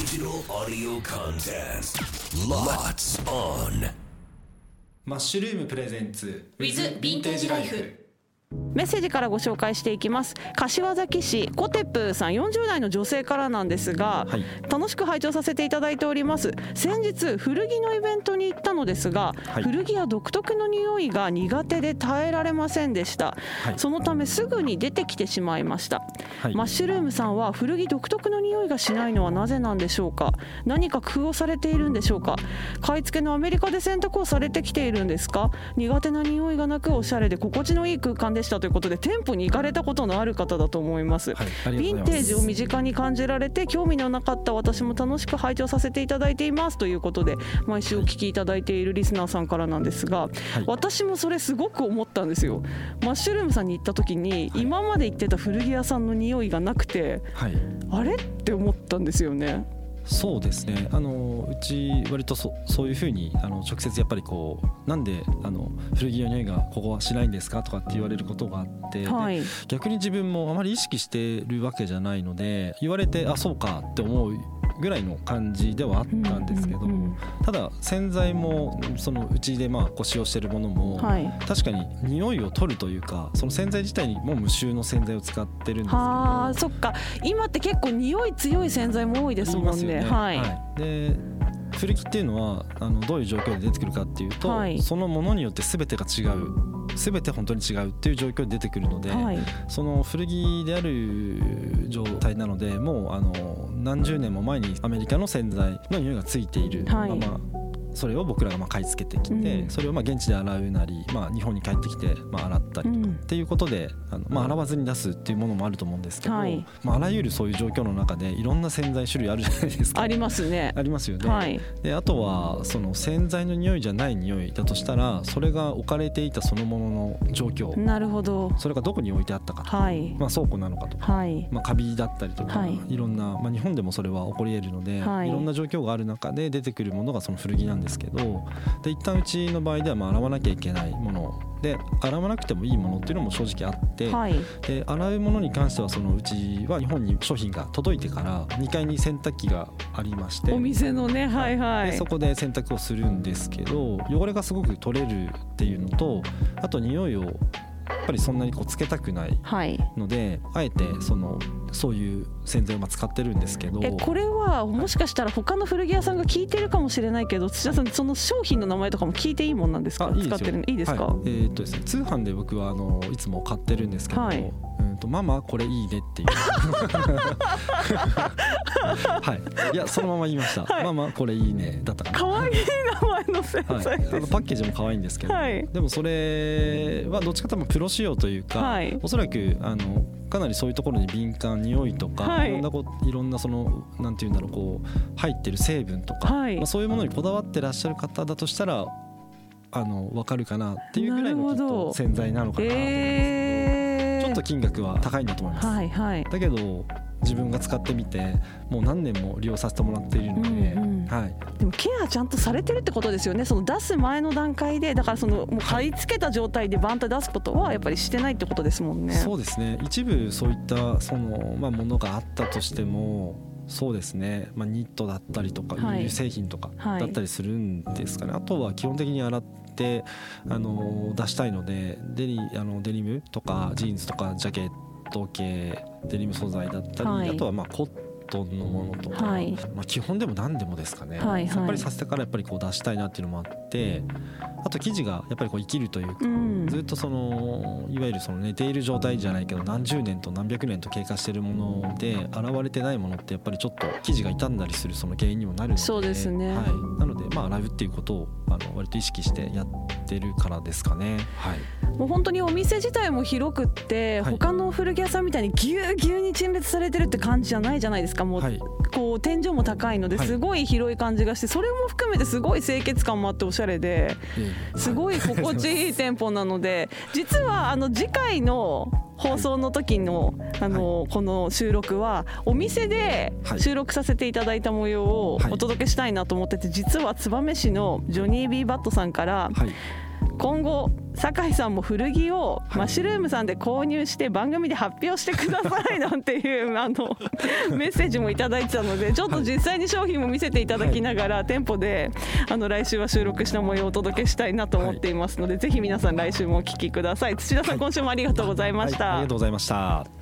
Digital audio contest. Lots on. マッシュルームプレゼンツ with ヴィンテージライフ。 メッセージからご紹介していきます。柏崎市コテップさん、40代の女性からなんですが、 はい、 楽しく拝聴させていただいております。先日古着のイベントに行ったのですが、 はい、 古着は独特の匂いが苦手で耐えられませんでした、はい、そのためすぐに出てきてしまいました、はい、マッシュルームさんは古着独特の匂いがしないのはなぜなんでしょうか。何か工夫をされているんでしょうか。買い付けのアメリカで選択をされてきているんですか。苦手な匂いがなくおしゃれで心地のいい空間でしたということで、店舗に行かれたことのある方だと思います、はい、ヴィンテージを身近に感じられて興味のなかった私も楽しく拝聴させていただいていますということで、毎週お聞きいただいているリスナーさんからなんですが、はい、私もそれすごく思ったんですよ。マッシュルームさんに行った時に、はい、今まで行ってた古着屋さんの匂いがなくて、はい、あれって思ったんですよね。 そうですね、うち割とそういうふうに直接やっぱりこうなんで古着の匂いがここはしないんですかとかって言われることがあって、はい、逆に自分もあまり意識してるわけじゃないので、言われてあそうかって思うぐらいの感じではあったんですけど、ただ洗剤もそのうちで使用してるものも、はい、確かに匂いを取るというか、その洗剤自体にも無臭の洗剤を使ってるんですけど、 あそっか、今って結構匂い強い洗剤も多いですもんね。はい、 で古着っていうのはどういう状況で出てくるかっていうと、はい、そのものによって全てが違う、全て本当に違うっていう状況で出てくるので、はい、その古着である状態なので、もう何十年も前にアメリカの洗剤の匂いがついているまま、はい、それを僕らが買い付けてきて、それを現地で洗うなり、日本に帰ってきて洗ったりとかっていうことで、洗わずに出すっていうものもあると思うんですけど、はい、あらゆるそういう状況の中でいろんな洗剤種類あるじゃないですか。 ありますね。 ありますよね、 はい、であとはその洗剤の匂いじゃない匂いだとしたら、それが置かれていたそのものの状況、 なるほど、 それがどこに置いてあったかとか、はい、倉庫なのかとか、はい、カビだったりとか、はい、いろんな、日本でもそれは起こり得るので、はい、いろんな状況がある中で出てくるものがその古着なんですけど、で一旦うちの場合では洗わなきゃいけないもので、洗わなくてもいいものっていうのも正直あって、はい、で洗うものに関してはそのうちは日本に商品が届いてから2階に洗濯機がありまして、 お店のね、はいはい、 でそこで洗濯をするんですけど、汚れがすごく取れるっていうのと、あと匂いをやっぱりそんなにつけたくないので、はい、あえてそういう洗剤を使ってるんですけど、 これはもしかしたら他の古着屋さんが聞いてるかもしれないけど、土田さんその商品の名前とかも聞いていいもんなんですか。使ってるのいいですか。 はい、ですね、通販で僕はいつも買ってるんですけど、はい、ママこれいいねっていうはい、いやそのまま言いました、はい、ママこれいいねだったかな。 可愛い名前の洗剤です、 はい、パッケージも可愛いんですけど、はい、でもそれはどっちかというとプロ仕様というか、はい、おそらくかなりそういうところに敏感、匂いとか、はい、いろんなそのなんていうんだろう、入ってる成分とか、はい、そういうものにこだわってらっしゃる方だとしたら分かるかなっていうぐらいのきっと洗剤なのかなと思います、ちょっと金額は高いんだと思います、はいはい、だけど自分が使ってみてもう何年も利用させてもらっているので、はい、 でもケアちゃんとされてるってことですよね。その出す前の段階で、だからもう買い付けた状態でバンと出すことはやっぱりしてないってことですもんね。 そうですね、一部そういったものがあったとしても、そうですね、ニットだったりとか輸入製品とかだったりするんですかね、はい、あとは基本的に洗って出したいので、デニムとかジーンズとかジャケット系デニム素材だったり、はい、あとはコットンのものとか、はい、基本でも何でもですかね、はいはい、さっぱりさせてからやっぱり出したいなっていうのもあって、あと生地がやっぱり生きるというか、ずっといわゆる寝ている状態じゃないけど何十年と何百年と経過しているもので洗われてないものってやっぱりちょっと生地が傷んだりするその原因にもなるので、 そうですね、 はい、なので洗うっていうことを割と意識してやってるからですかね、はい、 もう本当にお店自体も広くって、はい、他の古着屋さんみたいにぎゅうぎゅうに陳列されてるって感じじゃないじゃないですか。もう、はい、天井も高いのですごい広い感じがして、それも含めてすごい清潔感もあっておしゃれですごい心地いい店舗なので、実は次回の放送の時の、この収録はお店で収録させていただいた模様をお届けしたいなと思ってて、実は燕市のジョニー・ビー・バットさんから今後酒井さんも古着をマッシュルームさんで購入して番組で発表してくださいなんていうメッセージもいただいてたので、ちょっと実際に商品も見せていただきながら店舗で来週は収録した模様をお届けしたいなと思っていますので、ぜひ皆さん来週もお聞きください。土田さん、今週もありがとうございました。 ありがとうございました。